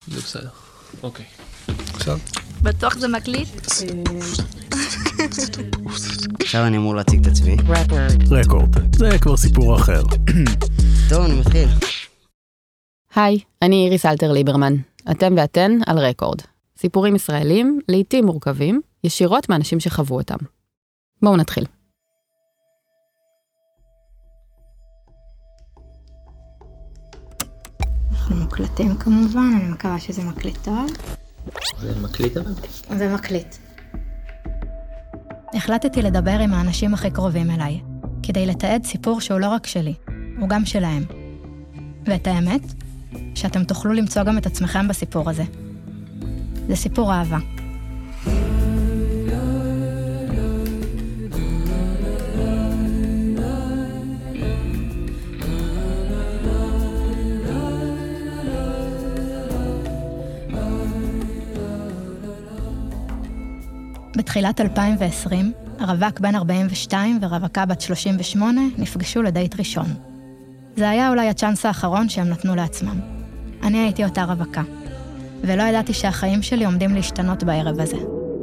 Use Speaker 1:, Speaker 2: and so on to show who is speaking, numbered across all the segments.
Speaker 1: זה בסדר. אוקיי.
Speaker 2: עכשיו?
Speaker 3: בטוח זה מקליט?
Speaker 4: עכשיו אני אמור להציג את עצמי.
Speaker 2: רקורד. זה כבר סיפור אחר.
Speaker 4: טוב, אני מתחיל.
Speaker 5: היי, אני איריס אלתר ליברמן. אתם ואתן על רקורד. סיפורים ישראלים, לעתים מורכבים, ישירות מאנשים שחוו אותם. בואו נתחיל.
Speaker 3: אנחנו מוקלטים כמובן, אני מקווה שזה מקליט טוב.
Speaker 1: זה מקליט אבל?
Speaker 3: זה מקליט. החלטתי לדבר עם האנשים הכי קרובים אליי, כדי לתעד סיפור שהוא לא רק שלי, הוא גם שלהם. ואת האמת, שאתם תוכלו למצוא גם את עצמכם בסיפור הזה. זה סיפור אהבה. בתחילת 2020, רווק בן 42 ורווקה בת 38 נפגשו לדייט ראשון. זה היה אולי הצ'אנס האחרון שהם נתנו לעצמם. אני הייתי אותה רווקה, ולא ידעתי שהחיים שלי עומדים להשתנות בערב הזה.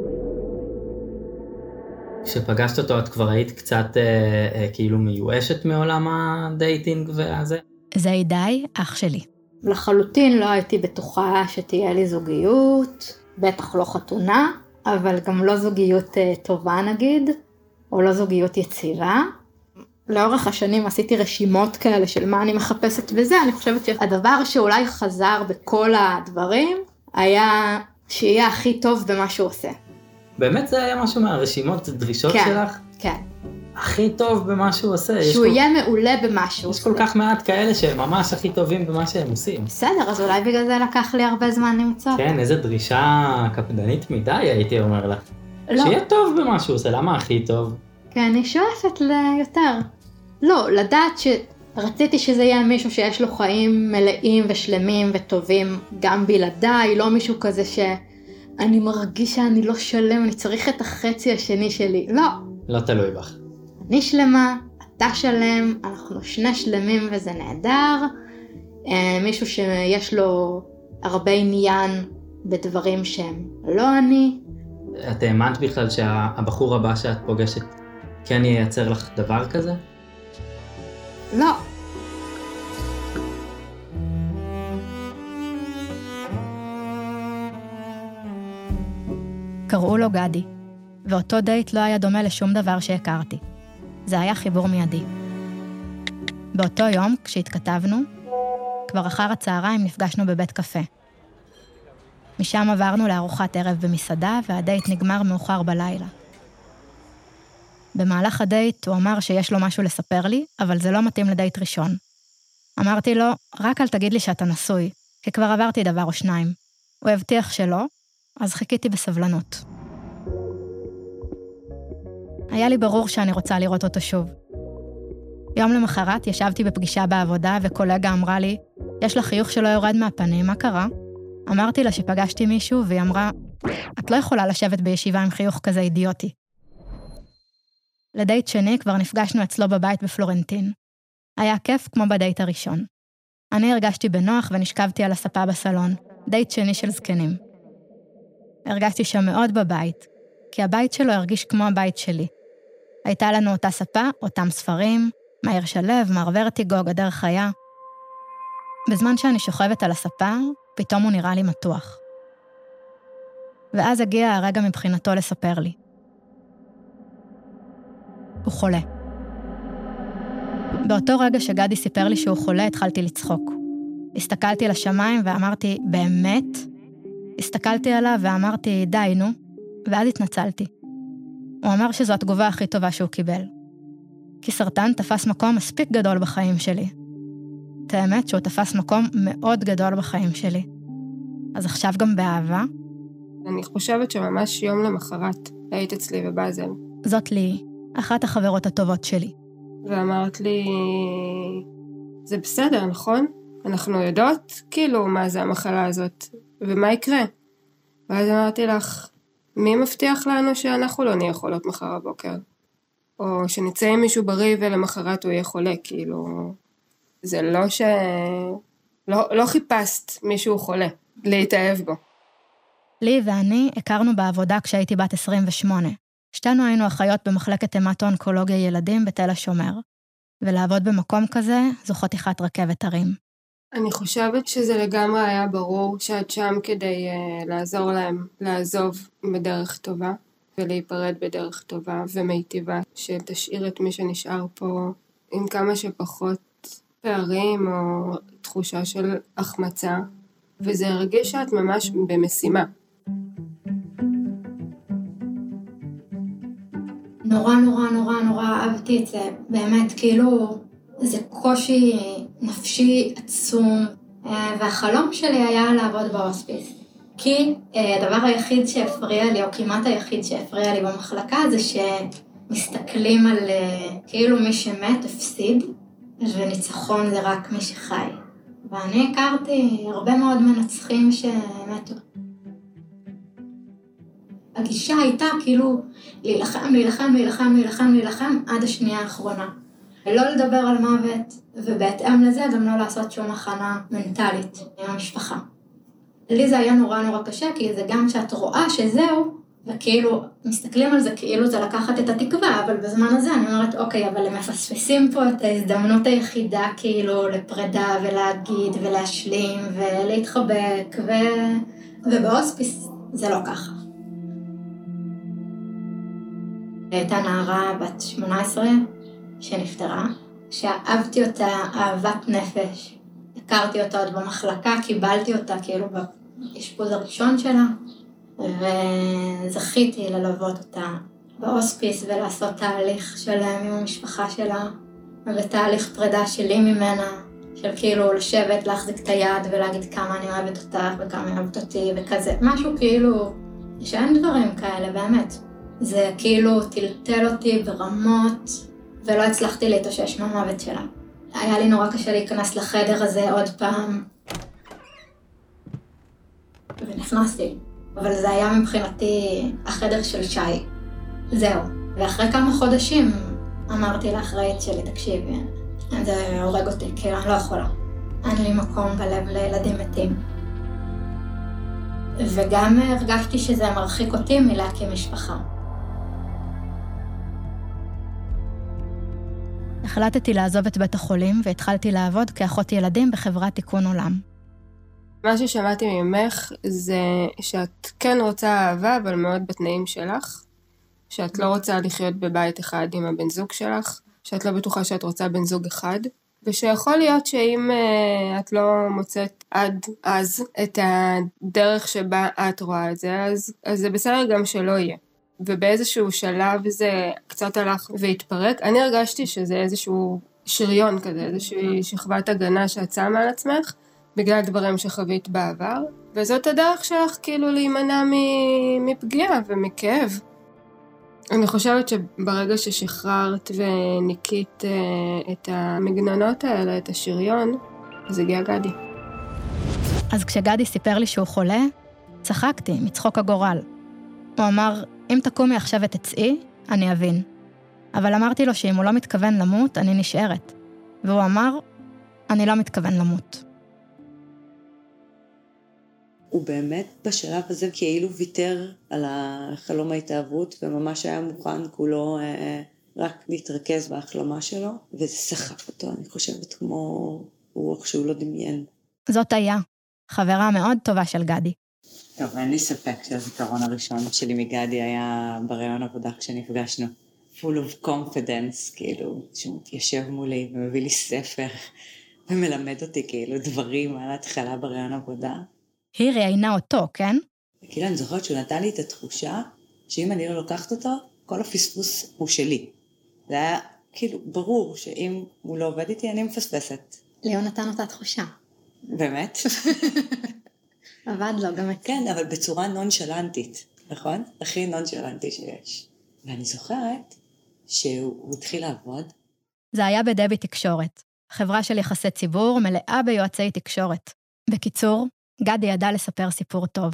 Speaker 6: כשפגשת אותו את כבר היית קצת כאילו מיואשת מעולם הדייטינג והזה?
Speaker 3: זה הידי, אח שלי. לחלוטין לא הייתי בטוחה שתהיה לי זוגיות, בטח לא חתונה, אבל גם לא זוגיות טובה נגיד, או לא זוגיות יציבה. לאורך השנים עשיתי רשימות כאלה של מה אני מחפשת בזה, אני חושבת שהדבר שאולי חזר בכל הדברים, היה שיהיה הכי טוב במה שהוא עושה.
Speaker 6: באמת זה היה משהו מהרשימות, דרישות
Speaker 3: כן,
Speaker 6: שלך?
Speaker 3: כן.
Speaker 6: הכי טוב במה שהוא עושה.
Speaker 3: שהוא יהיה מעולה במה שהוא
Speaker 6: יש
Speaker 3: עושה.
Speaker 6: כל כך מעט כאלה שהם ממש הכי טובים במה שהם עושים.
Speaker 3: בסדר, אז אולי בגלל זה לקח לי הרבה זמן למצוא.
Speaker 6: כן, איזה דרישה קפדנית מדי הייתי אומר לך.
Speaker 3: לא.
Speaker 6: שיהיה טוב במה שהוא עושה, למה הכי טוב?
Speaker 3: כן, אני שואפת ליותר. לא, לדעת שרציתי שזה יהיה מישהו שיש לו חיים מלאים ושלמים וטובים, גם בלעדיי, לא מישהו כזה שאני מרגיש שאני לא שלם, אני צריך את החצי השני שלי. לא.
Speaker 6: לא תלוי בך.
Speaker 3: אני שלמה, אתה שלם, אנחנו שני שלמים וזה נהדר. מישהו שיש לו הרבה עניין בדברים שהם לא אני.
Speaker 6: את האמנת בכלל שהבחור הבא שאת פוגשת כן ייצר לך דבר כזה?
Speaker 3: לא. קראו לו גדי, ואותו דייט לא היה דומה לשום דבר שהכרתי. זה היה חיבור מיידי. באותו יום, כשהתכתבנו, כבר אחר הצהריים נפגשנו בבית קפה. משם עברנו לארוחת ערב במסעדה, והדייט נגמר מאוחר בלילה. במהלך הדייט הוא אמר שיש לו משהו לספר לי, אבל זה לא מתאים לדייט ראשון. אמרתי לו, רק אל תגיד לי שאתה נשוי, כי כבר עברתי דבר או שניים. הוא הבטיח שלא, אז חיכיתי בסבלנות. היה לי ברור שאני רוצה לראות אותו שוב. יום למחרת ישבתי בפגישה בעבודה וקולגה אמרה לי, יש לה חיוך שלא יורד מהפנים, מה קרה? אמרתי לה שפגשתי מישהו והיא אמרה, את לא יכולה לשבת בישיבה עם חיוך כזה אידיוטי. לדייט שני כבר נפגשנו אצלו בבית בפלורנטין. היה כיף כמו בדייט הראשון. אני הרגשתי בנוח ונשכבתי על הספה בסלון, דייט שני של זקנים. הרגשתי שם מאוד בבית, כי הבית שלו הרגיש כמו הבית שלי. הייתה לנו אותה ספה, אותם ספרים, מאיר שלו, מר ורטיגו, גדר חיה. בזמן שאני שוכבת על הספה, פתאום הוא נראה לי מתוח. ואז הגיע הרגע מבחינתו לספר לי. הוא חולה. באותו רגע שגדי סיפר לי שהוא חולה, התחלתי לצחוק. הסתכלתי לשמיים ואמרתי, באמת? הסתכלתי עליו ואמרתי, די, נו, ואז התנצלתי. הוא אמר שזו התגובה הכי טובה שהוא קיבל. כי סרטן תפס מקום מספיק גדול בחיים שלי. את האמת שהוא תפס מקום מאוד גדול בחיים שלי. אז עכשיו גם באהבה.
Speaker 7: אני חושבת שממש יום למחרת היית אצלי בבאזל.
Speaker 3: זאת לי, אחת החברות הטובות שלי.
Speaker 7: ואמרת לי, זה בסדר, נכון? אנחנו יודעות כאילו מה זה המחלה הזאת, ומה יקרה. ואז אמרתי לך, מי מבטיח לנו שאנחנו לא נהיה חולות מחר הבוקר? או שנצא עם מישהו בריא ולמחרת הוא יהיה חולה, כאילו, זה לא לא חיפשת מישהו חולה. להתאהב בו.
Speaker 3: לי ואני הכרנו בעבודה כשהייתי בת 28. שתינו היינו אחיות במחלקת המטו-אונקולוגיה ילדים בתל השומר, ולעבוד במקום כזה זו חתיכת רכבת הרים.
Speaker 7: אני חושבת שזה לגמרי היה ברור שאת שם כדי לעזור להם לעזוב בדרך טובה, ולהיפרד בדרך טובה ומיטיבה, שתשאיר את מי שנשאר פה עם כמה שפחות פערים או תחושה של החמצה, וזה הרגיש שאת ממש במשימה.
Speaker 3: נורא נורא נורא נורא אהבתי את זה, באמת כאילו זה קושי נפשי עצום, והחלום שלי היה לעבוד בהוספיס. כי הדבר היחיד שהפריע לי, או כמעט היחיד שהפריע לי במחלקה, זה שמסתכלים על כאילו מי שמת הפסיד, וניצחון זה רק מי שחי. ואני הכרתי הרבה מאוד מנצחים שמתו. הגישה הייתה כאילו להילחם, להילחם, להילחם, להילחם, להילחם עד השנייה האחרונה. ולא לדבר על מוות, ובהתאם לזה גם לא לעשות שום הכנה מנטלית עם המשפחה. לי זה היה נורא נורא קשה, כי זה גם שאת רואה שזהו, וכאילו מסתכלים על זה כאילו זה לקחת את התקווה, אבל בזמן הזה אני אומרת, אוקיי, אבל הם מפספסים פה את ההזדמנות היחידה כאילו לפרידה ולהגיד ולהשלים ולהתחבק, ובהוספיס זה לא ככה. הייתה נערה בת 18 שנפטרה, שאהבתי אותה אהבת נפש. הכרתי אותה עוד במחלקה, קיבלתי אותה כאילו באשפוז הראשון שלה, וזכיתי ללוות אותה בהוספיס ולעשות תהליך שלם עם המשפחה שלה, ותהליך פרידה שלי ממנה, של כאילו לשבת, להחזיק את היד ולהגיד כמה אני אוהבת אותך וכמה אני אוהבת אותי וכזה, משהו כאילו, שאין דברים כאלה באמת. זה כאילו טלטל אותי ברמות, ולא הצלחתי להתאושש מהמוות שלה. היה לי נורא קשה להיכנס לחדר הזה עוד פעם, ונכנסתי. אבל זה היה מבחינתי החדר של שי. זהו. ואחרי כמה חודשים אמרתי לאחראית שלי, תקשיבי, זה הורג אותי, כי אני לא יכולה. אין לי מקום בלב לילדים מתים. וגם הרגשתי שזה מרחיק אותי מלהקים משפחה. החלטתי לעזוב את בית החולים והתחלתי לעבוד כאחות ילדים בחברת תיקון עולם.
Speaker 7: מה ששמעתי ממך זה שאת כן רוצה אהבה, אבל מאוד בתנאים שלך, שאת לא רוצה לחיות בבית אחד עם הבן זוג שלך, שאת לא בטוחה שאת רוצה בן זוג אחד, ושיכול להיות שאם את לא מוצאת עד אז את הדרך שבה את רואה את זה, אז זה בסדר גם שלא יהיה. ובאיזשהו שלב זה קצת הלך והתפרק. אני הרגשתי שזה איזשהו שריון כזה, איזושהי שכבת הגנה שאת שמה על עצמך, בגלל דברים שחווית בעבר, וזאת הדרך שלך כאילו להימנע מפגיעה ומכאב. אני חושבת שברגע ששחררת וניקית את המגננות האלה, את השריון, אז הגיע גדי.
Speaker 3: אז כשגדי סיפר לי שהוא חולה, צחקתי מצחוק הגורל. הוא אמר, אם תקומי עכשיו ותצאי, אני אבין. אבל אמרתי לו שאם הוא לא מתכוון למות, אני נשארת. והוא אמר, אני לא מתכוון למות.
Speaker 8: הוא באמת בשלב הזה כאילו ויתר על החלום ההתאהבות, וממש היה מוכן כולו רק להתרכז בהחלמה שלו, וזה סחף אותו, אני חושבת, כמו רוח שהוא לא דמיין.
Speaker 3: זאת היה, חברה מאוד טובה של גדי.
Speaker 8: טוב, אין לי ספק שהזיכרון הראשון שלי מגדי היה בראיון עבודה כשנפגשנו. full of confidence, כאילו, שהוא מתיישב מולי ומביא לי ספר, ומלמד אותי כאילו דברים על ההתחלה בראיון עבודה.
Speaker 3: היא ראיינה אותו, כן?
Speaker 8: כאילו, אני זוכרת שהוא נתן לי את התחושה שאם אני לא לוקחת אותו, כל הפספוס הוא שלי. זה היה כאילו ברור שאם הוא לא עובד איתי, אני מפספסת.
Speaker 3: ליאון נתן אותה תחושה.
Speaker 8: באמת?
Speaker 3: עבד לו גם.
Speaker 8: כן, אבל בצורה נונשלנטית, נכון? הכי נונשלנטי שיש. ואני זוכרת שהוא התחיל לעבוד.
Speaker 3: זה היה בדבי תקשורת, חברה של יחסי ציבור מלאה ביועצי תקשורת. בקיצור, גדי ידע לספר סיפור טוב.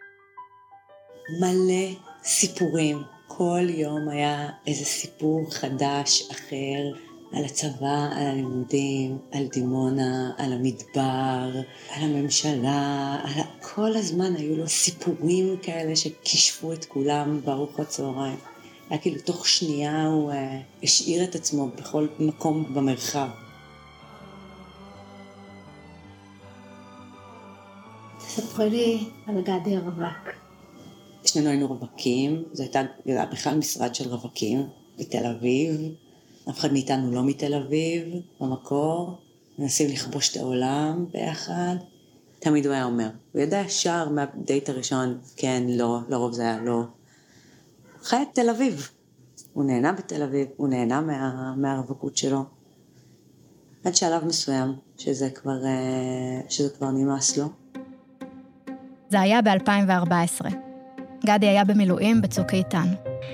Speaker 8: מלא סיפורים. כל יום היה איזה סיפור חדש, אחר, על הצבא, על הלימודים, על דימונה, על המדבר, על הממשלה, כל הזמן היו לו סיפורים כאלה שקישפו את כולם בארוחת צהריים. היה כאילו תוך שנייה הוא השאיר את עצמו בכל מקום במרחב.
Speaker 3: ספרי לי על גדי הרווק.
Speaker 8: שנינו היינו רווקים, זה היה בכלל משרד של רווקים בתל אביב. אף אחד מאיתנו לא מתל אביב, במקור. מנסים לכבוש את העולם ביחד. תמיד הוא היה אומר. הוא ידע ישר מהדייט הראשון, כן, לא, לרוב זה היה לא. חי את תל אביב. הוא נהנה בתל אביב, הוא נהנה מהרווקות שלו. עד שלב מסוים, שזה כבר נמאס לו.
Speaker 3: זה היה ב-2014. גדי היה במילואים בצוק איתן.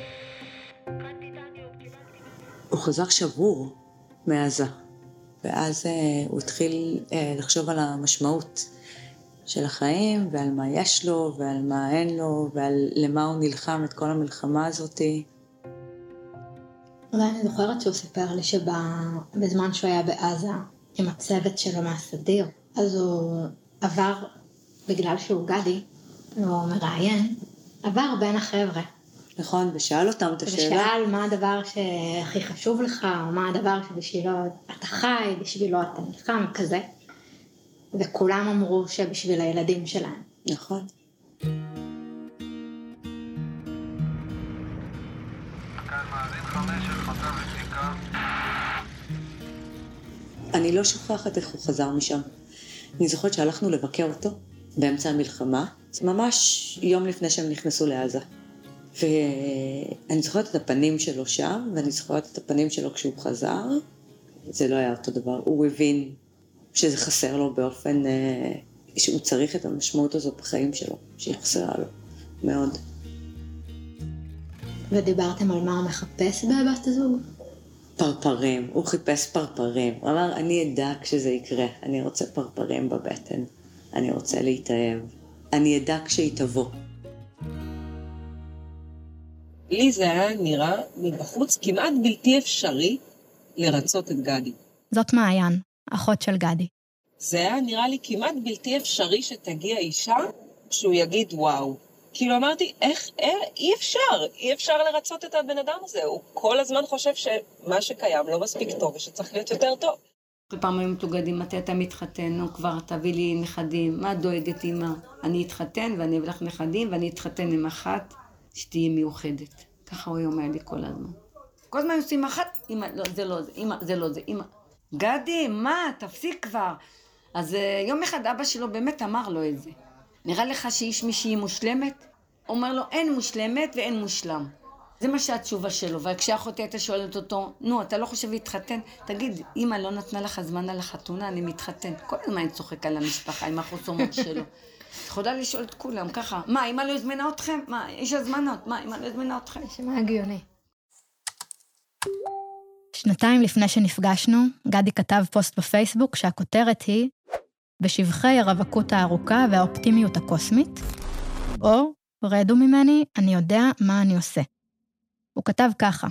Speaker 8: הוא חזר שבור מעזה, ואז הוא התחיל לחשוב על המשמעות של החיים, ועל מה יש לו, ועל מה אין לו, ועל למה הוא נלחם את כל המלחמה הזאת.
Speaker 3: אולי אני זוכרת שהוא סיפר לי שבזמן שהוא היה בעזה, עם הצוות שלו מהסדיר, אז הוא עבר, בגלל שהוא גדי, הוא מראיין, עבר בין החבר'ה.
Speaker 8: נכון, ושאל אותם את השאלה.
Speaker 3: ושאל מה הדבר שהכי חשוב לך, או מה הדבר שבשבילו אתה חי, בשבילו אתה נלחם, כזה. וכולם אמרו שבשביל הילדים שלהם.
Speaker 8: נכון. אני לא שוכחת איך הוא חזר משם. אני זוכרת שהלכנו לבקר אותו באמצע המלחמה, זה ממש יום לפני שהם נכנסו לעזה. ואני זוכרת את הפנים שלו שם, ואני זוכרת את הפנים שלו כשהוא חזר. זה לא היה אותו דבר. הוא הבין שזה חסר לו באופן שהוא צריך את המשמעות הזאת בחיים שלו, שהיא חסרה לו מאוד.
Speaker 3: ודיברתם על מה הוא מחפש בבת הזוג?
Speaker 8: פרפרים, הוא חיפש פרפרים. הוא אמר, אני אדע כשזה יקרה, אני רוצה פרפרים בבטן, אני רוצה להתאהב, אני אדע כשהיא תבוא.
Speaker 9: לי זה היה נראה מבחוץ כמעט בלתי אפשרי לרצות את גדי.
Speaker 3: זאת מעיין, אחות של גדי.
Speaker 9: זה היה נראה לי כמעט בלתי אפשרי שתגיע אישה שהוא יגיד וואו. כאילו אמרתי, אי אפשר לרצות את הבן אדם הזה. הוא כל הזמן חושב שמה שקיים לא מספיק טוב ושצריך להיות יותר טוב.
Speaker 10: כל פעם היו מתוגדים, מתי אתה מתחתן, נו כבר תביא לי נכדים, מה דואגת אמא? אני אתחתן ואני אביא לך נכדים ואני אתחתן עם אחת שתהיה מיוחדת. ככה הוא אומר לי כל הזמן. כל הזמן עושים אחת, אמא, לא, זה לא זה, אמא, זה לא זה, אמא. גדי, מה? תפסיק כבר. אז יום אחד אבא שלו באמת אמר לו את זה. נראה לך שיש מישהי מושלמת? אומר לו, אין מושלמת ואין מושלם. זה מה שהתשובה שלו. וכשאחותי הייתה שואלת אותו, נו, אתה לא חושב להתחתן? תגיד, אמא לא נתנה לך זמן על החתונה, אני מתחתן. כל הזמן אני צוחק על המשפחה עם החוסומות שלו. יכולה לשאול את כולם ככה, מה, אמא לא הזמינה אתכם? מה, יש הזמנות? מה, אמא לא הזמינה אתכם?
Speaker 3: שמה הגיוני. 2 לפני שנפגשנו, גדי כתב פוסט בפייסבוק שהכותרת היא בשבחי הרווקות הארוכה והאופטימיות הקוסמית, או רדו ממני, אני יודע מה אני עושה. הוא כתב ככה: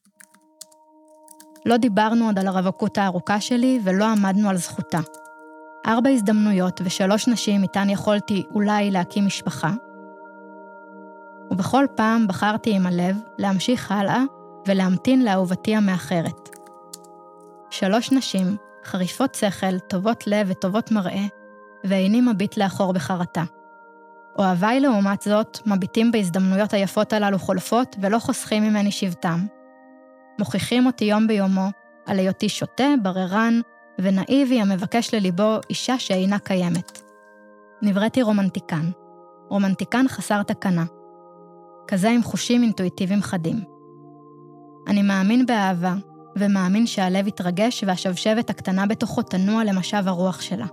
Speaker 3: לא דיברנו עוד על הרווקות הארוכה שלי ולא עמדנו על זכותה. 4 הזדמנויות ו3 נשים איתן יכולתי אולי להקים משפחה, ובכל פעם בחרתי עם הלב להמשיך הלאה ולהמתין לאהובתי המאחרת. 3 נשים, חריפות שכל, טובות לב וטובות מראה, ואיני מביט לאחור בחרטה. אוהביי לעומת זאת מביטים בהזדמנויות היפות הללו חולפות ולא חוסכים ממני שבטם. מוכיחים אותי יום ביומו על היותי שוטה, בררן ונאיבי המבקש לליבו אישה שאינה קיימת. נבראתי רומנטיקן. רומנטיקן חסר תקנה. כזה עם חושים אינטואיטיביים חדים. אני מאמין באהבה, ומאמין שהלב יתרגש והשבשבת הקטנה בתוכו תנוע למשב הרוח שלה.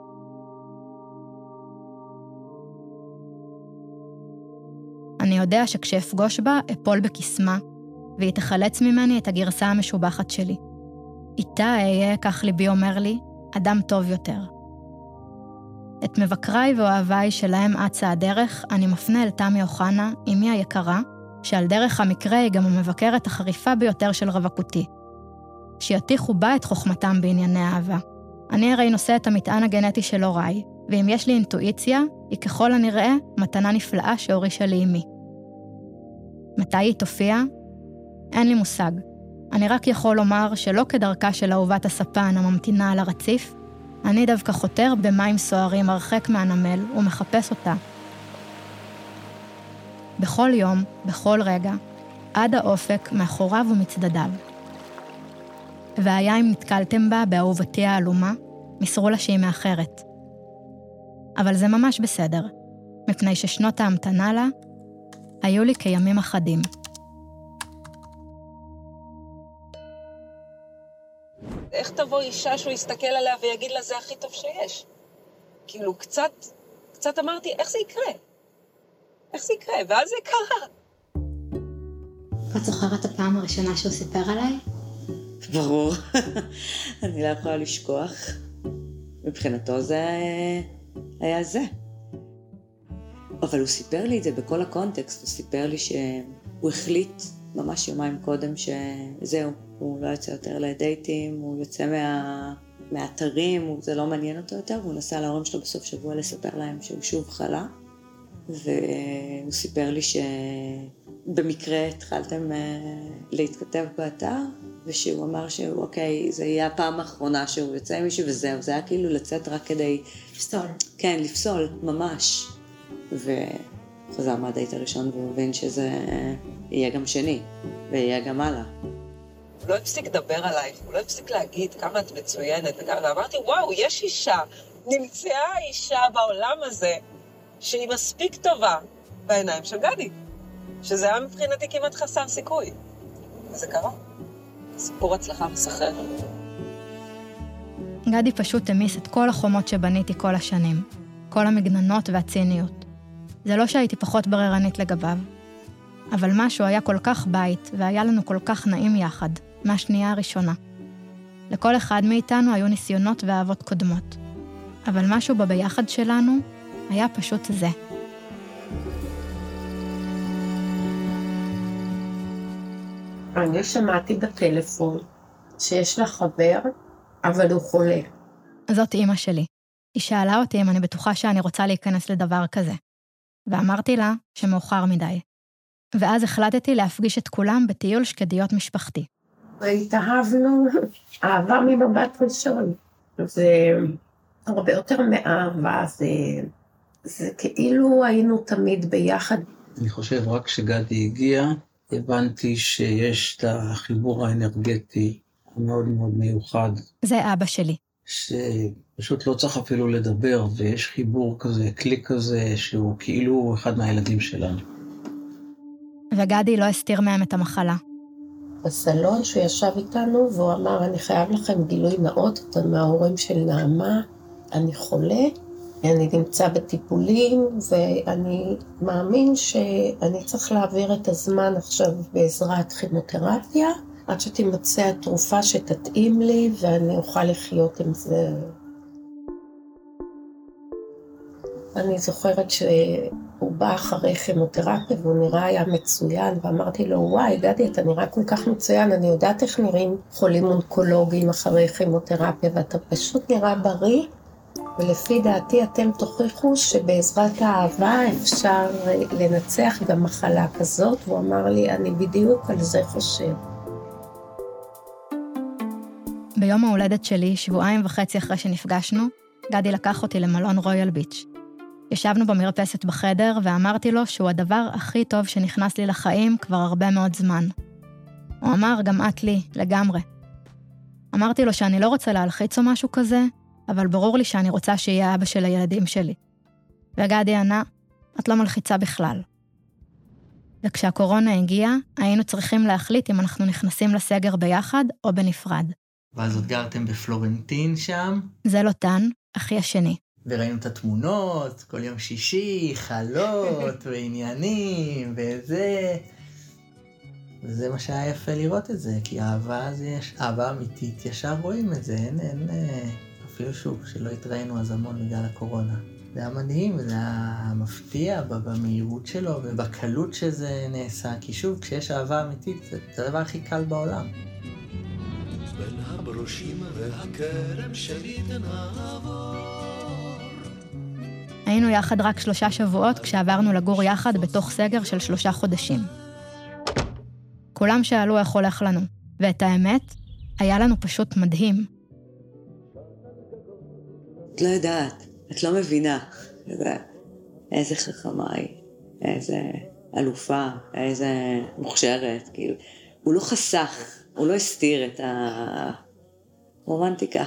Speaker 3: אני יודע שכשאפגוש בה, אפול בקסמה, והיא תחלץ ממני את הגרסה המשובחת שלי. איתה אהיה, כך ליבי אומר לי, אדם טוב יותר. את מבקריי ואוהביי שלהם אצה הדרך, אני מפנה אל תמי אוחנה, אמי היקרה, שעל דרך המקרה היא גם המבקרת החריפה ביותר של רווקותי. שיתיחו בה את חוכמתם בענייני אהבה. אני הרי נושא את המטען הגנטי של הוריי, ואם יש לי אינטואיציה, היא ככל הנראה מתנה נפלאה שהורישה לי אמי. מתי היא תופיע? אין לי מושג. אני רק יכול לומר שלא כדרכה של אהובת הספן הממתינה על הרציף, אני דווקא חותר במים סוערים הרחק מהנמל ומחפש אותה. בכל יום, בכל רגע, עד האופק, מאחוריו ומצדדיו. והיה אם נתקלתם בה באהובתי העלומה, מסרו לה שהיא מאחרת. אבל זה ממש בסדר, מפני ששנות ההמתנה לה היו לי כימים אחדים.
Speaker 9: איך תבוא אישה שהוא יסתכל עליה ויגיד לה זה הכי טוב שיש? כאילו קצת אמרתי, איך זה יקרה? איך זה יקרה? ואז זה קרה.
Speaker 3: את זוכרת הפעם הראשונה שהוא סיפר עליי?
Speaker 8: ברור. אני לא יכולה לשכוח. מבחינתו זה היה זה. אבל הוא סיפר לי את זה בכל הקונטקסט. הוא סיפר לי שהוא החליט ממש יומיים קודם שזהו, הוא לא יוצא יותר לדייטים, הוא יוצא מהאתרים, זה לא מעניין אותו יותר, והוא נסע להורים שלו בסוף שבוע לספר להם שהוא שוב חלה. והוא סיפר לי שבמקרה התחלתם להתכתב באתר, ושהוא אמר שהוא, אוקיי, זה יהיה הפעם האחרונה שהוא יוצא עם מישהו וזהו, זה היה כאילו לצאת רק כדי...
Speaker 3: לפסול.
Speaker 8: כן, לפסול, ממש. וחזר מהדייט הראשון והוא מבין שזה יהיה גם שני, ויהיה גם הלאה.
Speaker 9: הוא לא הפסיק לדבר עלייך, הוא לא הפסיק להגיד כמה את מצוינת, ואמרתי, וואו, יש אישה, נמצאה אישה בעולם הזה, שהיא מספיק טובה בעיניים של גדי, שזה היה מבחינתי כמעט חסר סיכוי. וזה קרה. סיפור הצלחה מסחרר.
Speaker 3: גדי פשוט המיס את כל החומות שבניתי כל השנים, כל המגננות והציניות. זה לא שהייתי פחות בררנית לגביו, אבל משהו היה כל כך בית, והיה לנו כל כך נעים יחד, מהשנייה הראשונה. לכל אחד מאיתנו היו ניסיונות ואהבות קודמות, אבל משהו בביחד שלנו היה פשוט זה.
Speaker 11: אני שמעתי בטלפון שיש לה חבר, אבל הוא חולה.
Speaker 3: זאת אמא שלי. היא שאלה אותי אם אני בטוחה שאני רוצה להיכנס לדבר כזה. ואמרתי לה שמאוחר מדי. ואז החלטתי להפגיש את כולם בטיול שקדיות משפחתי.
Speaker 11: והתאהבנו, אהבה ממבט ראשון. זה הרבה יותר מאהבה, זה כאילו היינו תמיד ביחד.
Speaker 2: אני חושב רק כשגדי הגיע, הבנתי שיש את החיבור האנרגטי המאוד מאוד מיוחד.
Speaker 3: זה אבא שלי.
Speaker 2: שפשוט לא צריך אפילו לדבר, ויש חיבור כזה, קליק כזה, שהוא כאילו אחד מהילדים שלנו.
Speaker 3: וגדי לא הסתיר מהם את המחלה.
Speaker 11: בסלון שהוא ישב איתנו, והוא אמר, אני חייב לכם גילוי נאות, אתם מההורים של נעמה, אני חולה, אני נמצא בטיפולים, ואני מאמין שאני צריך להעביר את הזמן עכשיו בעזרת כימותרפיה, עד שתימצא התרופה שתתאים לי, ואני אוכל לחיות עם זה. אני זוכרת שהוא בא אחרי כימותרפיה, והוא נראה היה מצוין, ואמרתי לו, וואי, גדי, אתה נראה כל כך מצוין, אני יודעת איך נראים חולים אונקולוגיים אחרי כימותרפיה, ואתה פשוט נראה בריא, ולפי דעתי אתם תוכיחו שבעזרת האהבה אפשר לנצח גם מחלה כזאת, והוא אמר לי, אני בדיוק על זה חושב.
Speaker 3: ביום ההולדת שלי, 2.5 שבועות אחרי שנפגשנו, גדי לקח אותי למלון רויאל ביץ'. ישבנו במרפסת בחדר ואמרתי לו שהוא הדבר הכי טוב שנכנס לי לחיים כבר הרבה מאוד זמן. הוא אמר, גם את לי, לגמרי. אמרתי לו שאני לא רוצה להלחיץ או משהו כזה, אבל ברור לי שאני רוצה שיהיה אבא של הילדים שלי. וגדי ענה, את לא מלחיצה בכלל. וכשהקורונה הגיעה, היינו צריכים להחליט אם אנחנו נכנסים לסגר ביחד או בנפרד.
Speaker 6: ואז עוד גרתם בפלורנטין שם.
Speaker 3: זה לוטן, אחי השני.
Speaker 6: וראינו את התמונות, כל יום שישי, חלות ועניינים וזה. וזה מה שהיה יפה לראות את זה, כי אהבה אמיתית, ישר רואים את זה, אין אפילו שוב, שלא התראינו אז המון בגלל הקורונה. זה היה מדהים, וזה היה מפתיע במהירות שלו ובקלות שזה נעשה, כי שוב, כשיש אהבה אמיתית, זה הדבר הכי קל בעולם.
Speaker 12: בין הברושים והכרם שלי תנעבור.
Speaker 3: היינו יחד רק 3 שבועות כשעברנו לגור יחד בתוך סגר של 3 חודשים. כולם שאלו איך הולך לנו, ואת האמת, היה לנו פשוט מדהים.
Speaker 8: את לא יודעת, את לא מבינה. איזה חכמה היא, איזה אלופה, איזה מוכשרת, כאילו. הוא לא חסך, הוא לא הסתיר את הרומנטיקה.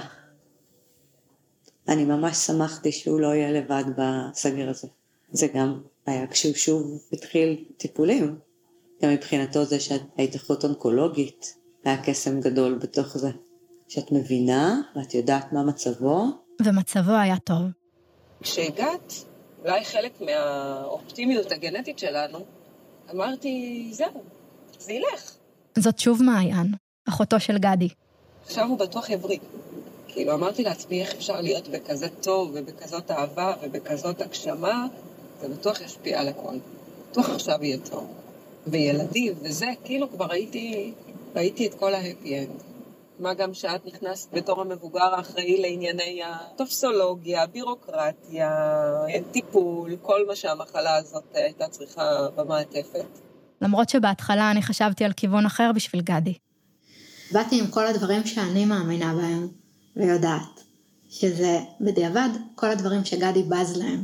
Speaker 8: אני ממש שמחתי שהוא לא יהיה לבד בסגר הזה. זה גם היה כשהוא שוב התחיל טיפולים. גם מבחינתו זה שהיית אחות אונקולוגית, היה קסם גדול בתוך זה. שאת מבינה ואת יודעת מה מצבו.
Speaker 3: ומצבו היה טוב.
Speaker 9: כשהגעת, אולי חלק מהאופטימיות הגנטית שלנו, אמרתי, זהו, זה ילך.
Speaker 3: זאת שוב מעיין, אחותו של גדי.
Speaker 9: עכשיו הוא בטוח יבריא. כאילו, אמרתי לעצמי איך אפשר להיות בכזה טוב ובכזאת אהבה ובכזאת הגשמה, זה בטוח ישפיע על הכל. בטוח עכשיו יהיה טוב. וילדים וזה, כאילו כבר ראיתי את כל ההפי אנד. מה גם שאת נכנסת בתור המבוגר האחראי לענייני הטופסולוגיה, בירוקרטיה, טיפול, כל מה שהמחלה הזאת הייתה צריכה במעטפת.
Speaker 3: למרות שבהתחלה אני חשבתי על כיוון אחר בשביל גדי.
Speaker 13: באתי עם כל הדברים שאני מאמינה בהם, ויודעת, שזה בדיעבד כל הדברים שגדי בז להם.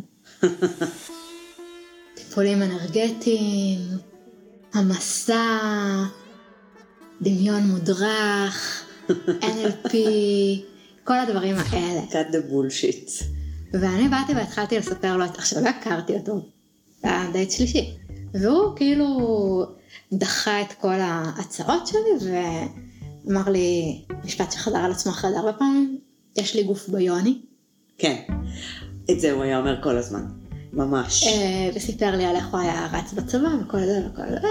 Speaker 13: טיפולים אנרגטיים, המסע, דמיון מודרך, NLP, כל הדברים האלה.
Speaker 8: cut the bullshit.
Speaker 13: ואני באתי והתחלתי לספר לו, עכשיו לא הכרתי אותו, דייט שלישי. והוא כאילו דחה את כל ההצעות שלי ואמר לי, משפט שחזר על עצמו אחרי הרבה פעמים, יש לי גוף ביוני.
Speaker 8: כן, את זה הוא היה אומר כל הזמן, ממש.
Speaker 13: וסיפר לי על איך הוא היה רץ בצבא וכל זה וכל זה.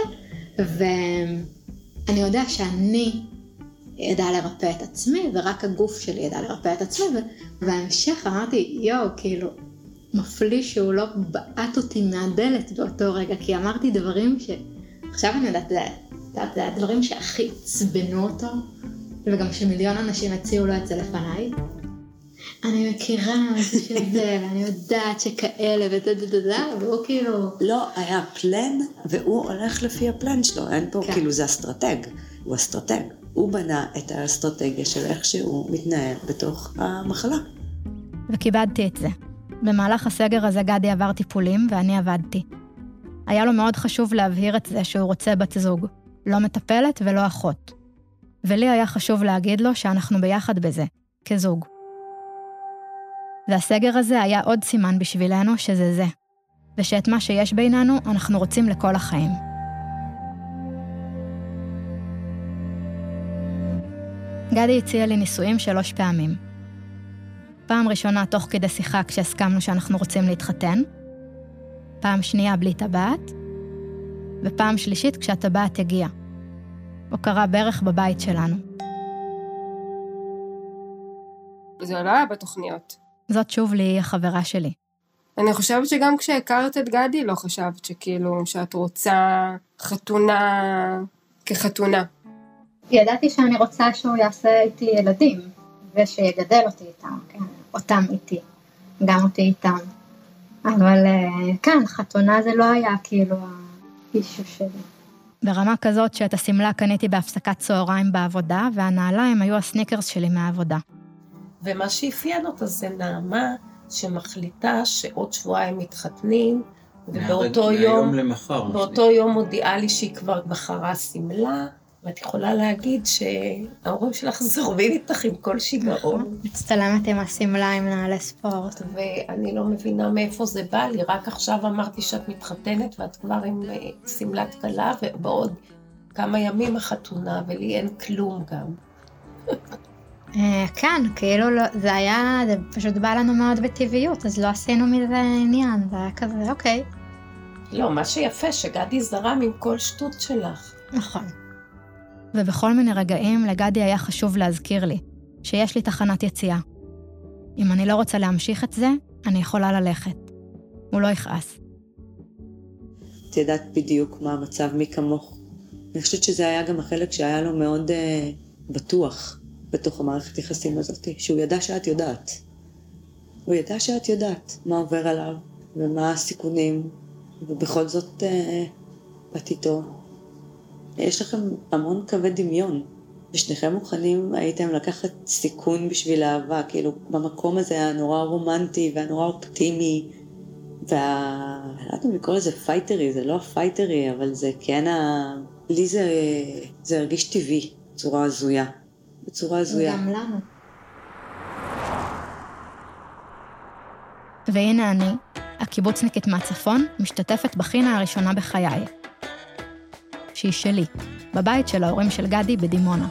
Speaker 13: ואני יודע שאני ידע לרפא את עצמי, ורק הגוף שלי ידע לרפא את עצמי, ובהמשך אמרתי, כאילו, מפליא שהוא לא בעט אותי מהדלת באותו רגע, כי אמרתי דברים עכשיו אני יודעת, זה הדברים שהכי צבנו אותו, וגם שמיליון אנשים הציעו לו את זה לפניי. אני מכירה משהו של זה, ואני יודעת שכאלה והוא כאילו...
Speaker 8: לא, היה פלן, והוא הולך לפי הפלן שלו, אין פה כאילו זה אסטרטג, הוא אסטרטג. הוא בנה את האסטרטגיה של איך שהוא מתנהל בתוך המחלה.
Speaker 3: וכיבדתי את זה. במהלך הסגר הזה גדי עבר טיפולים ואני עבדתי. היה לו מאוד חשוב להבהיר את זה שהוא רוצה בת זוג, לא מטפלת ולא אחות. ולי היה חשוב להגיד לו שאנחנו ביחד בזה, כזוג. והסגר הזה היה עוד סימן בשבילנו שזה זה, ושאת מה שיש בינינו אנחנו רוצים לכל החיים. גדי הציע לי נישואים 3 פעמים. פעם ראשונה תוך כדי שיחה כשהסכמנו שאנחנו רוצים להתחתן, פעם שנייה בלי טבעת, ופעם שלישית כשהטבעת הגיעה. הוא קרה בערך בבית שלנו.
Speaker 7: זה לא היה בתוכניות.
Speaker 3: זאת שוב לי החברה שלי.
Speaker 7: אני חושבת שגם כשהכרת את גדי לא חשבת שכאילו שאת רוצה חתונה כחתונה.
Speaker 13: ידעתי שאני רוצה שהוא יעשה איתי ילדים, ושיגדל אותי איתם, כן? אותם איתי, גם אותי איתם. אבל כן, חתונה זה לא היה כאילו האישו שלי.
Speaker 3: ברמה כזאת שאת הסמלה קניתי בהפסקת צהריים בעבודה, והנעליים היו הסניקרס שלי מהעבודה.
Speaker 11: ומה שהפיין אותה זה נעמה שמחליטה שעוד שבועיים מתחתנים, ובאותו יום, באותו יום הודיעה לי שהיא כבר בחרה סמלה, ואת יכולה להגיד שההורים שלך זורמים איתך עם כל שיגעון.
Speaker 13: מצטלמת עם הסמלה עם נעלי ספורט.
Speaker 11: ואני לא מבינה מאיפה זה בא לי, רק עכשיו אמרתי שאת מתחתנת ואת כבר עם סמלת קלה, ובעוד כמה ימים החתונה, ולי אין כלום גם.
Speaker 13: כן, כאילו זה היה, זה פשוט בא לנו מאוד בטבעיות, אז לא עשינו מזה עניין, זה היה כזה, אוקיי.
Speaker 11: לא, מה שיפה שגדי זרם עם כל שטות שלך.
Speaker 13: נכון.
Speaker 3: ובכל מיני רגעים לגדי היה חשוב להזכיר לי שיש לי תחנת יציאה. אם אני לא רוצה להמשיך את זה, אני יכולה ללכת. הוא לא יכעס.
Speaker 8: את ידעת בדיוק מה המצב מי כמוך. אני חושבת שזה היה גם החלק שהיה לו מאוד בטוח. בתוך המערכת יחסים הזאת, שהוא ידע שאת יודעת. הוא ידע שאת יודעת מה עובר עליו, ומה הסיכונים, ובכל זאת באת איתו. יש לכם המון קווי דמיון, ושניכם מוכנים הייתם לקחת סיכון בשביל אהבה, כאילו במקום הזה הנורא רומנטי והנורא אופטימי, יודעתם לקרוא לזה פייטרי, זה לא הפייטרי, אבל זה כן לי זה הרגיש טבעי, בצורה הזויה. בצורה הזויה.
Speaker 13: גם לנו.
Speaker 3: והנה אני, הקיבוצניקית מהצפון, משתתפת בחינה הראשונה בחיי. שהיא שלי, בבית של ההורים של גדי בדימונה.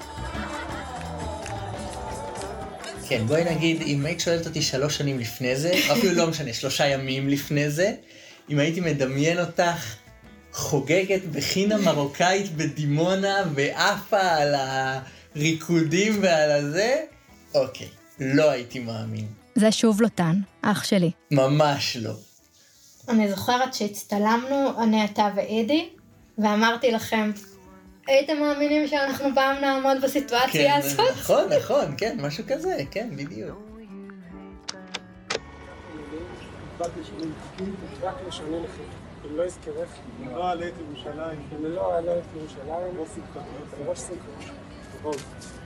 Speaker 6: כן, בואי נגיד, אם היית שואלת אותי 3 שנים לפני זה, אפילו לא משנה, 3 ימים לפני זה, אם הייתי מדמיין אותך חוגגת בחינה מרוקאית בדימונה, ועפה על הריקודים ועל הזה, אוקיי, לא הייתי מאמין.
Speaker 3: זה שוב לוטן, אח שלי.
Speaker 6: ממש לא.
Speaker 13: אני זוכרת שהצטלמנו, אני, אתה ואידי, ואמרתי לכם, הייתם מאמינים שאנחנו פעם נעמוד בסיטואציה הזאת?
Speaker 6: נכון, נכון, כן, משהו כזה, כן, בדיוק.
Speaker 14: רק לשנה לכם, אם לא יזכרך, לא עלה את ירושלים, אם לא עלה את ירושלים, לא שמחת, זה ראש שמחת. טוב.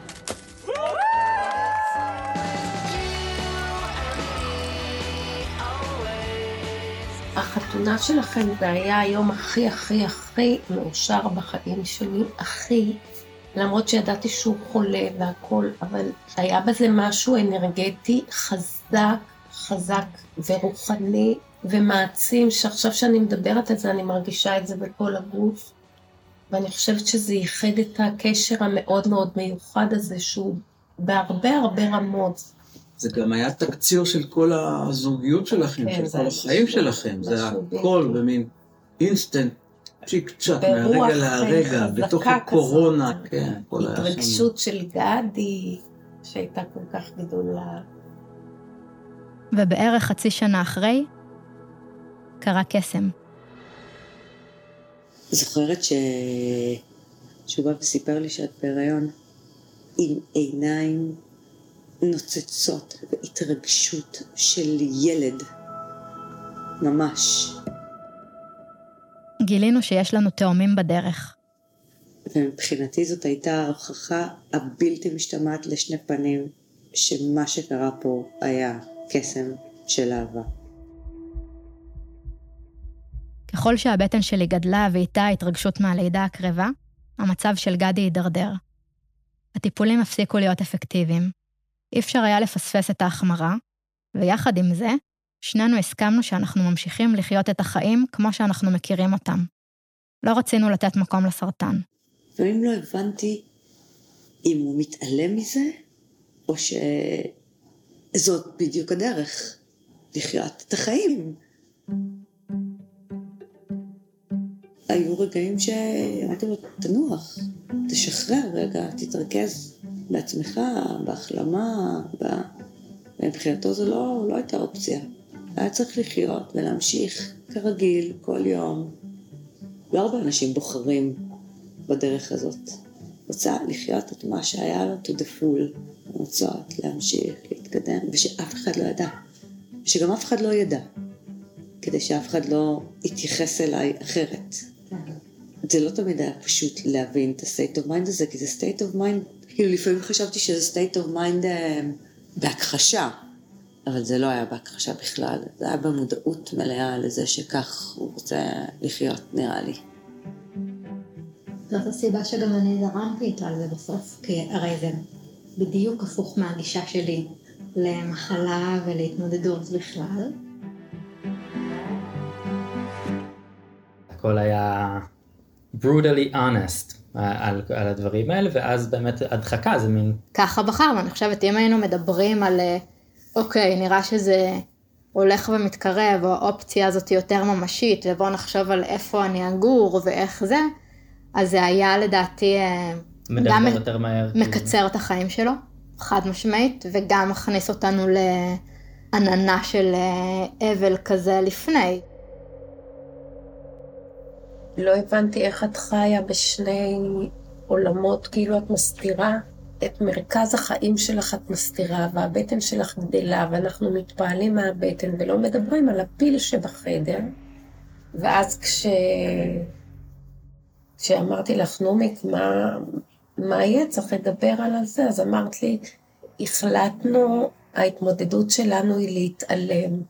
Speaker 11: החתונה שלכם זה היה היום הכי הכי הכי מאושר בחיים שלי, הכי, למרות שידעתי שהוא חולה והכל, אבל היה בזה משהו אנרגטי חזק ורוחני ומעצים, שעכשיו שאני מדברת על זה אני מרגישה את זה בכל הגוף, ואני חושבת שזה ייחד את הקשר המאוד מאוד מיוחד הזה, שהוא בהרבה רמות.
Speaker 2: זה גם היה תקציר של כל הזוגיות שלכם,
Speaker 11: כן,
Speaker 2: של כל החיים שלכם, זה הכל במין אינסטנט, צ'יק צ'ק, מהרגע להרגע, בתוך הקורונה, כן.
Speaker 11: התרגשות של גדי, שהייתה כל כך גדולה.
Speaker 3: ובערך חצי שנה אחרי, קרה קסם.
Speaker 8: זוכרת שהוא בא וסיפר לי שאת בהיריון, עם עיניים נוצצות והתרגשות של ילד, ממש.
Speaker 3: גילינו שיש לנו תאומים בדרך.
Speaker 8: ומבחינתי זאת הייתה ההוכחה הבלתי משתמעת לשני פנים, שמה שקרה פה היה קסם של אהבה.
Speaker 3: ככל שהבטן שלי גדלה ואיתה התרגשות מהלידה הקרבה, המצב של גדי הידרדר. הטיפולים הפסיקו להיות אפקטיביים. אי אפשר היה לפספס את ההחמרה, ויחד עם זה, שנינו הסכמנו שאנחנו ממשיכים לחיות את החיים כמו שאנחנו מכירים אותם. לא רצינו לתת מקום לסרטן.
Speaker 8: ואם לא הבנתי אם הוא מתעלם מזה, או שזאת בדיוק הדרך לחיות את החיים. היו רגעים שאמרתי לו, תנוח, תשחרר רגע, תתרכז בעצמך, בהחלמה, מבחינתו זו לא הייתה אופציה. היה צריך לחיות ולהמשיך כרגיל כל יום. לא הרבה אנשים בוחרים בדרך הזאת. רוצה לחיות את מה שהיה לו to the full. רוצות להמשיך, להתקדם, ושאף אחד לא ידע. ושגם אף אחד לא ידע. כדי שאף אחד לא יתייחס אליי אחרת. זה לא תמיד היה פשוט להבין את ה-state of mind הזה, כי זה state of mind, כאילו לפעמים חשבתי שזה state of mind בהכחשה, אבל זה לא היה בהכחשה בכלל, זה היה במודעות מלאה לזה שכך הוא רוצה לחיות, נראה לי.
Speaker 13: זאת הסיבה שגם אני זרמתי איתו על זה בסוף, כי הרי זה בדיוק הפוך מהגישה שלי למחלה ולהתמודדות בכלל.
Speaker 1: הכל היה brutally honest על הדברים האלה, ואז באמת הדחקה זה מין...
Speaker 3: ככה בחרנו, אני חושבת, אם היינו מדברים על, אוקיי, נראה שזה הולך ומתקרב, או האופציה הזאת יותר ממשית, ובואו נחשוב על איפה אני אגור ואיך זה, אז זה היה לדעתי גם מקצר את החיים שלו, חד משמעית, וגם מכניס אותנו לעננה של אבל כזה לפני.
Speaker 11: לא הבנתי איך את חיה בשני עולמות, כאילו את מסתירה את מרכז החיים שלך את מסתירה, והבטן שלך גדלה, ואנחנו מתפעלים מהבטן, ולא מדברים על הפיל שבחדר. ואז כשאמרתי לך, נומיק, מה יהיה? צריך לדבר על זה. אז אמרת לי, החלטנו, ההתמודדות שלנו היא להתעלם.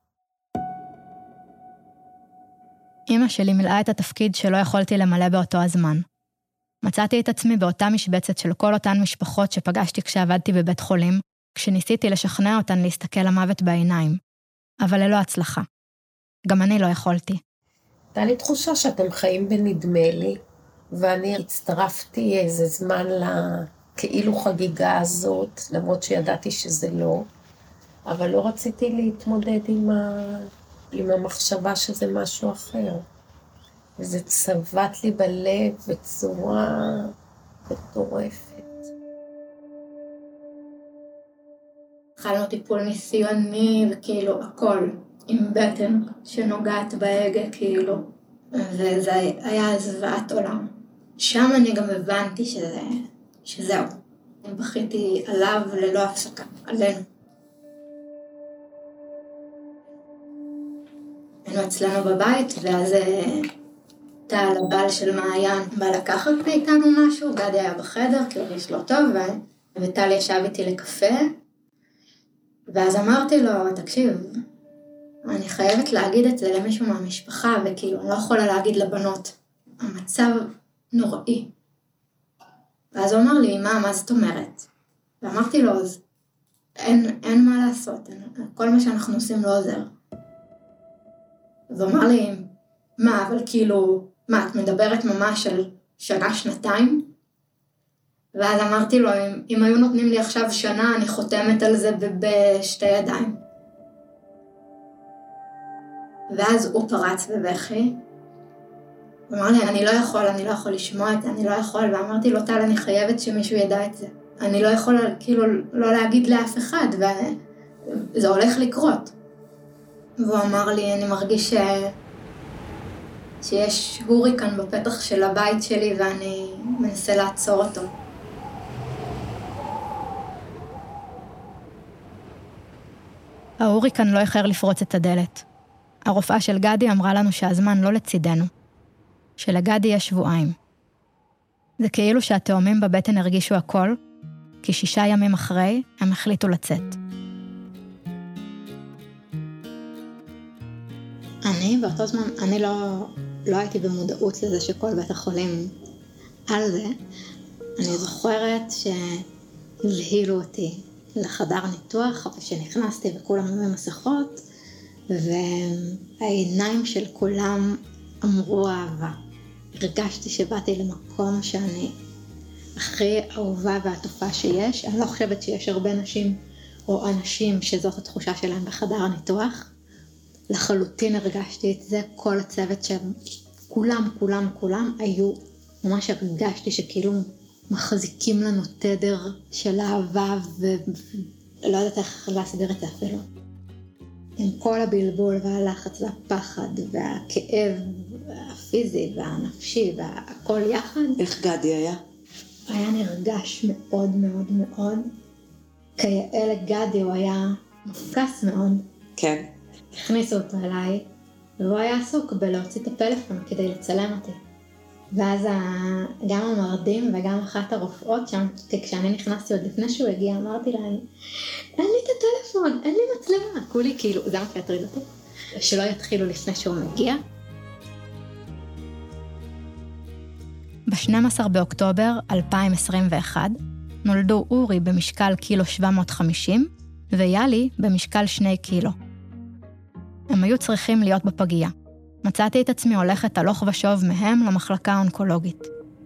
Speaker 3: אמא שלי מילאה את התפקיד שלא יכולתי למלא באותו הזמן. מצאתי את עצמי באותה משבצת של כל אותן משפחות שפגשתי כשעבדתי בבית חולים, כשניסיתי לשכנע אותן להסתכל למוות בעיניים. אבל ללא הצלחה. גם אני לא יכולתי.
Speaker 11: הייתה לי תחושה שאתם חיים בנדמה לי, ואני הצטרפתי איזה זמן כאילו חגיגה הזאת, למרות שידעתי שזה לא, אבל לא רציתי להתמודד עם המחשבה שזה משהו אחר. וזה צבט לי בלב בצורה מטורפת.
Speaker 13: התחלנו טיפול ניסיוני וכאילו הכל, עם בטן שנוגעת בהגה כאילו, וזה היה זוועת עולם. שם אני גם הבנתי שזהו. אני בכיתי עליו ללא הפסקה, עלינו. היינו אצלנו בבית, ואז טל, הבעל של מעיין, בא לקחת מאיתנו משהו, גדי היה בחדר, כי הוא הרגיש לא טוב, וטל ישב איתי לקפה, ואז אמרתי לו, תקשיב, אני חייבת להגיד את זה למישהו מהמשפחה, וכאילו, אני לא יכולה להגיד לבנות. המצב נוראי. ואז הוא אמר לי, מה זאת אומרת? ואמרתי לו, אז אין מה לעשות, כל מה שאנחנו עושים לא עוזר. והוא אמר לי, מה, אבל כאילו, מה, את מדברת ממש על שנה, שנתיים? ואז אמרתי לו, אם היו נותנים לי עכשיו שנה, אני חותמת על זה בשתי ידיים. ואז הוא פרץ בבכי, הוא אמר לי, אני לא יכול לשמוע את זה, אני לא יכול, ואמרתי לו, טל, אני חייבת שמישהו ידע את זה. אני לא יכול, כאילו, לא להגיד לאף אחד, וזה הולך לקרות. והוא אמר לי, אני מרגיש שיש הוריקן בפתח של הבית שלי, ואני מנסה לעצור אותו.
Speaker 3: ההוריקן לא איחר לפרוץ את הדלת. הרופאה של גדי אמרה לנו שהזמן לא לצידנו. שלגדי יש שבועיים. זה כאילו שהתאומים בבטן הרגישו הכל, כי 6 ימים אחרי הם החליטו לצאת.
Speaker 13: אני באותו זמן, אני לא הייתי במודעות לזה שכל בית החולים על זה. אני זוכרת שהבהילו אותי לחדר ניתוח, שנכנסתי וכולם היו מסכות, והעיניים של כולם אמרו אהבה. הרגשתי שבאתי למקום שאני הכי אהובה והטופה שיש. אני לא חושבת שיש הרבה נשים או אנשים שזאת התחושה שלהם בחדר הניתוח. לחלוטין הרגשתי את זה, כל הצוות שהם, כולם היו, ממש הרגשתי שכאילו מחזיקים לנו תדר של אהבה, ולא יודעת איך להסביר את זה אפילו. עם כל הבלבול והלחץ והפחד והכאב הפיזי והנפשי והכל יחד.
Speaker 8: איך גדי היה?
Speaker 13: היה נרגש מאוד מאוד מאוד. כיאה לגדי הוא היה מפקס מאוד.
Speaker 8: כן.
Speaker 13: הכניסו אותו אליי, והוא היה עסוק בלהוציא את הפלאפון כדי לצלם אותי. ואז גם המרדים וגם אחת הרופאות שם, כשאני נכנסתי עוד לפני שהוא הגיע, אמרתי להם, אין לי את הטלפון, אין לי מצלמה. כולי כאילו, זה מה שיטריד אותי, שלא יתחילו לפני שהוא מגיע.
Speaker 3: ב-12 באוקטובר 2021 נולדו אורי במשקל 750 קילו, ויאלי במשקל 2 קילו. הם היו צריכים להיות בפגייה. מצאתי את עצמי הולכת הלוך ושוב מהם למחלקה האונקולוגית.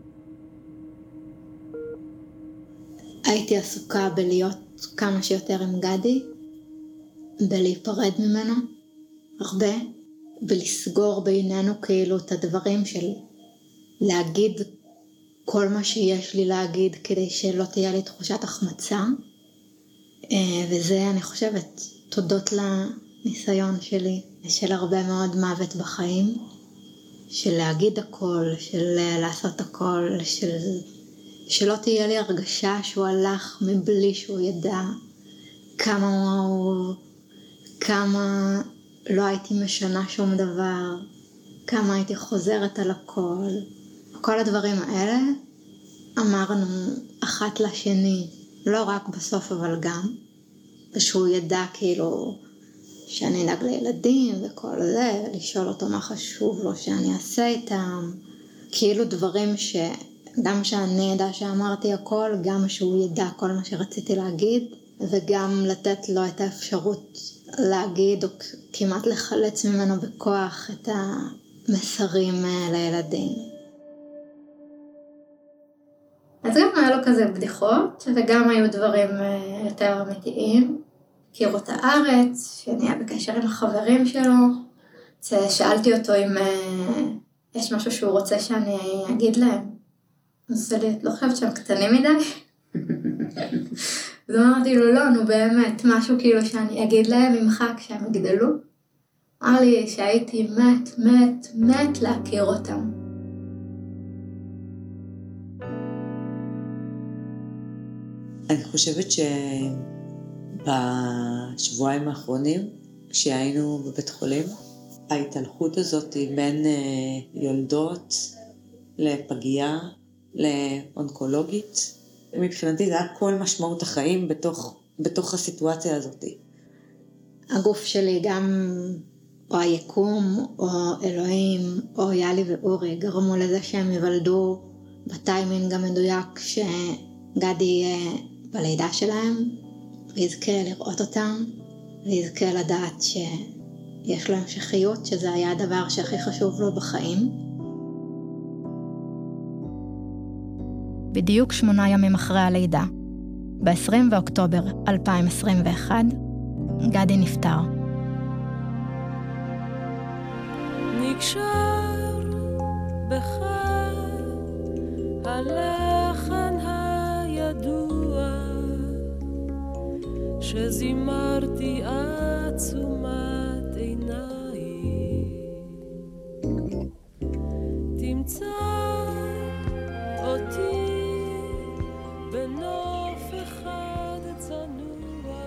Speaker 13: הייתי עסוקה בלהיות כמה שיותר עם גדי, בלהיפרד ממנו, הרבה, בלסגור בינינו כאילו את הדברים של להגיד כל מה שיש לי להגיד כדי שלא תהיה לי תחושת החמצה, וזה אני חושבת תודות לניסיון שלי, של הרבה מאוד מוות בחיים, של להגיד הכל, של לעשות הכל, של שלא תהיה לי הרגשה שהוא הלך מבלי שהוא ידע כמה הוא אהוב, כמה לא הייתי משנה שום דבר, כמה הייתי חוזרת על הכל. כל הדברים האלה אמרנו אחת לשני, לא רק בסוף אבל גם, ושהוא ידע כאילו שאני אדאג לילדים וכל זה, לשאול אותו מה חשוב לו שאני אעשה איתם, כאילו דברים שגם שאני ידע שאמרתי הכל, גם שהוא ידע כל מה שרציתי להגיד, וגם לתת לו את האפשרות להגיד או כמעט לחלץ ממנו בכוח את המסרים לילדים.
Speaker 3: אז גם היה לו כזה בדיחות, וגם היו דברים יותר אמיתיים. הכירו את הארץ, שנהיה בקשר עם החברים שלו. שאלתי אותו אם יש משהו שהוא רוצה שאני אגיד להם. אז אני לא חושבת שהם קטנים מדי. אז אמרתי לו, לא, נו באמת, משהו כאילו שאני אגיד להם ממך כשהם יגדלו. אמר לי שהייתי מת להכיר אותם.
Speaker 8: אני חושבת שבשבועיים האחרונים, כשהיינו בבית חולים, ההתהלכות הזאת בין יולדות לפגייה, לאונקולוגית, מבחינתי זה היה כל משמעות החיים בתוך הסיטואציה הזאת.
Speaker 13: הגוף שלי גם, או היקום, או אלוהים, או יאלי ואורי, גרמו לזה שהם יוולדו בטיימינג המדויק שגדי יהיה בלידה שלהם, ויזכה לראות אותם, ויזכה לדעת שיש לו המשכיות, שזה היה הדבר שהכי חשוב לו בחיים.
Speaker 3: בדיוק 8 ימים אחרי הלידה, ב-20 באוקטובר 2021, גדי נפטר.
Speaker 15: נקשר בך הלחן הידוע שזימרתי עצומת עיניי, תמצא אותי בנוף אחד צנוע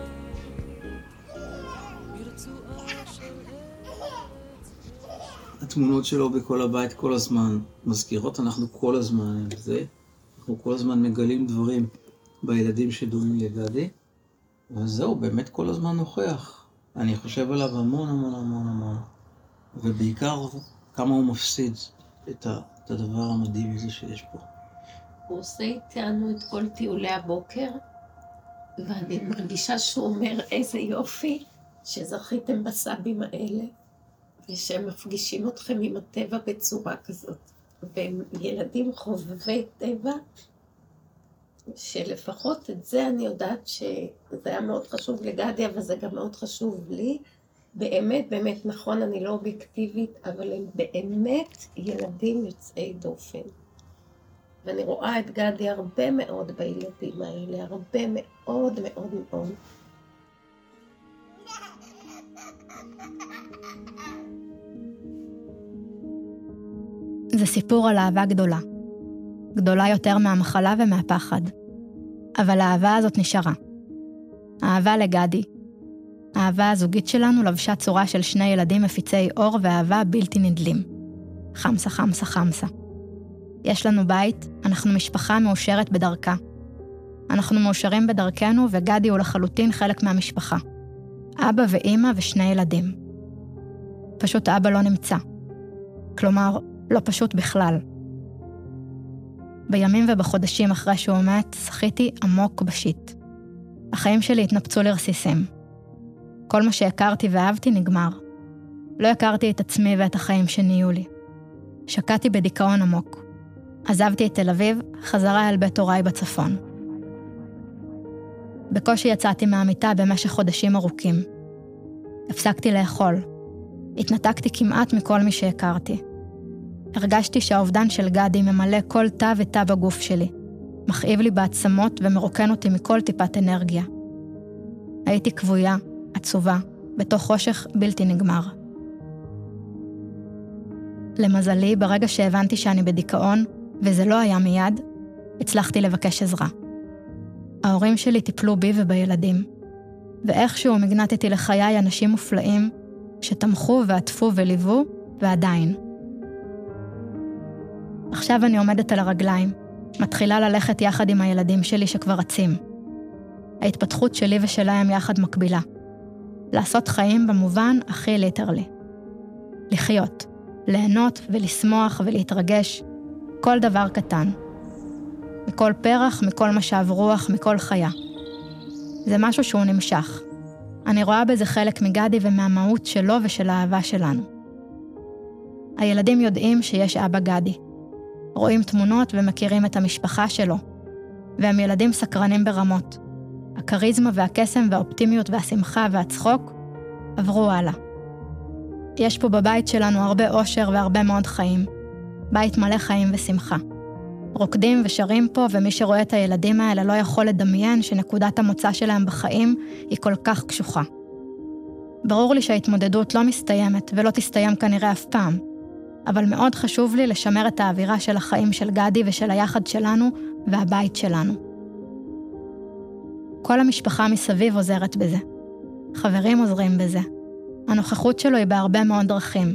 Speaker 15: ברצועה של ארץ.
Speaker 2: התמונות שלו בכל הבית כל הזמן מזכירות, אנחנו כל הזמן עם זה, אנחנו כל הזמן מגלים דברים בילדים שדומים לגדי, וזהו, באמת כל הזמן נוכח. אני חושב עליו המון, ובעיקר כמה הוא מפסיד את הדבר המדהים הזה שיש פה.
Speaker 16: הוא עושה איתנו את כל טיולי הבוקר, ואני מרגישה שהוא אומר איזה יופי שזכיתם בסבים האלה, ושהם מפגישים אתכם עם הטבע בצורה כזאת. והם ילדים חובבי טבע, שלפחות את זה אני יודעת שזה היה מאוד חשוב לגדי, אבל זה גם מאוד חשוב לי. באמת נכון, אני לא אובייקטיבית, אבל הם באמת ילדים יוצאי דופן. ואני רואה את גדי הרבה מאוד בילדים האלה, הרבה מאוד.
Speaker 3: זה סיפור על אהבה גדולה. גדולה יותר מהמחלה ומהפחד. אבל האהבה הזאת נשארה. האהבה לגדי. האהבה הזוגית שלנו לבשה צורה של 2 ילדים מפיצי אור ואהבה בלתי נדלים. חמסה. יש לנו בית, אנחנו משפחה מאושרת בדרכה. אנחנו מאושרים בדרכנו וגדי הוא לחלוטין חלק מהמשפחה. אבא ואמא ו2 ילדים. פשוט אבא לא נמצא. כלומר, לא פשוט בכלל. בימים ובחודשים אחרי שהוא מת, שחיתי עמוק בשיט. החיים שלי התנפצו לרסיסים. כל מה שהכרתי ואהבתי נגמר. לא הכרתי את עצמי ואת החיים שנהיו לי. שקעתי בדיכאון עמוק. עזבתי את תל אביב, חזרה אל בית הוריי בצפון. בקושי יצאתי מהמיטה במשך חודשים ארוכים. הפסקתי לאכול. התנתקתי כמעט מכל מי שהכרתי. הרגשתי שהאובדן של גדי ממלא כל תא ותא בגוף שלי, מכאיב לי בעצמות ומרוקן אותי מכל טיפת אנרגיה. הייתי כבויה, עצובה, בתוך חושך בלתי נגמר. למזלי, ברגע שהבנתי שאני בדיכאון, וזה לא היה מיד, הצלחתי לבקש עזרה. ההורים שלי טיפלו בי ובילדים, ואיכשהו מגנתתי לחיי אנשים מופלאים שתמכו ועטפו וליוו, ועדיין. עכשיו אני עומדת על הרגליים, מתחילה ללכת יחד עם הילדים שלי שכבר רצים. ההתפתחות שלי ושלהם יחד מקבילה. לעשות חיים במובן הכי ליטרלי. לחיות, ליהנות ולשמוח ולהתרגש, כל דבר קטן. מכל פרח, מכל משב רוח, מכל חיה. זה משהו שהוא נמשך. אני רואה בזה חלק מגדי ומהמהות שלו ושל האהבה שלנו. הילדים יודעים שיש אבא גדי. רואים תמונות ומכירים את המשפחה שלו. והם ילדים סקרנים ברמות. הקריזמה והקסם והאופטימיות והשמחה והצחוק עברו הלאה. יש פה בבית שלנו הרבה אושר והרבה מאוד חיים. בית מלא חיים ושמחה. רוקדים ושרים פה, ומי שרואה את הילדים האלה לא יכול לדמיין שנקודת המוצא שלהם בחיים היא כל כך קשוחה. ברור לי שההתמודדות לא מסתיימת ולא תסתיים כנראה אף פעם, אבל מאוד חשוב לי לשמר את האווירה של החיים של גדי ושל היחד שלנו והבית שלנו. כל המשפחה מסביב עוזרת בזה. חברים עוזרים בזה. הנוכחות שלו היא בהרבה מאוד דרכים.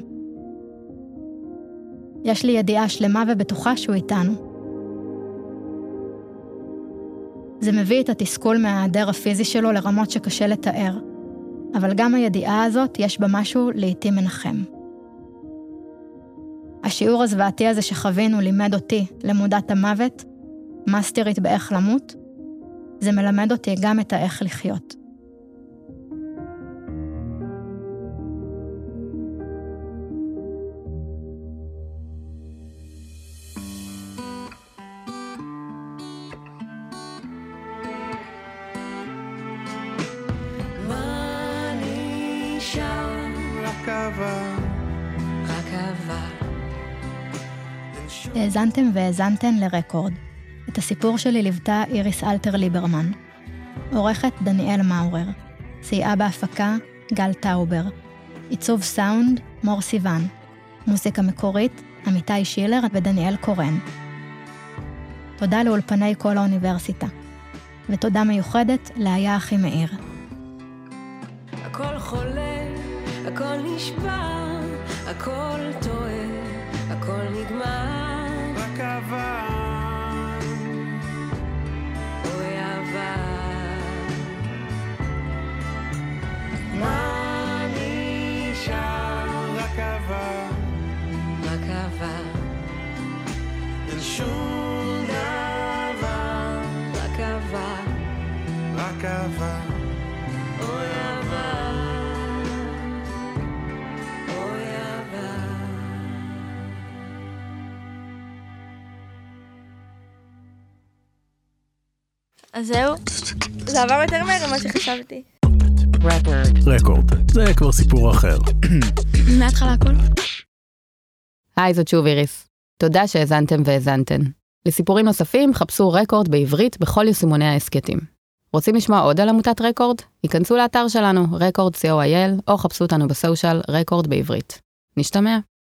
Speaker 3: יש לי ידיעה שלמה ובטוחה שהוא איתנו. זה מביא את התסכול מההיעדר הפיזי שלו לרמות שקשה לתאר, אבל גם הידיעה הזאת יש בה משהו לעתים מנחם. השיעור הזוועתי הזה שחווינו לימד אותי למודת המוות, מאסטרית באיך למות, זה מלמד אותי גם את האיך לחיות. האזנתם והאזנתן לרקורד. את הסיפור שלי ליוותה איריס אלתר ליברמן. עורכת דניאל מאורר. סייעה בהפקה גל טאובר. עיצוב סאונד מור סיוון. מוזיקה מקורית עמיתי שילר ודניאל קורן. תודה לאולפני כל האוניברסיטה. ותודה מיוחדת לאיה אחי מאיר.
Speaker 15: הכל חולה, הכל נשבר, הכל טועה, הכל נגמר. רק אהבה, אוי אהבה. מה נשאר? רק אהבה, רק אהבה. אין שום דבר, רק אהבה, רק אהבה. אוי אהבה, אוי אהבה.
Speaker 17: אז זהו, זה עבר יותר מהר ממה שחשבתי.
Speaker 18: רקורד, זה כבר סיפור אחר.
Speaker 3: מההתחלה הכל.
Speaker 5: היי, זאת שוב איריס. תודה שהאזנתם והאזנתן. לסיפורים נוספים חפשו רקורד בעברית בכל יישומוני העסקתים. רוצים לשמוע עוד על עמותת רקורד? היכנסו לאתר שלנו, record.co.il, או חפשו אותנו בסושיאל רקורד בעברית. נשתמע.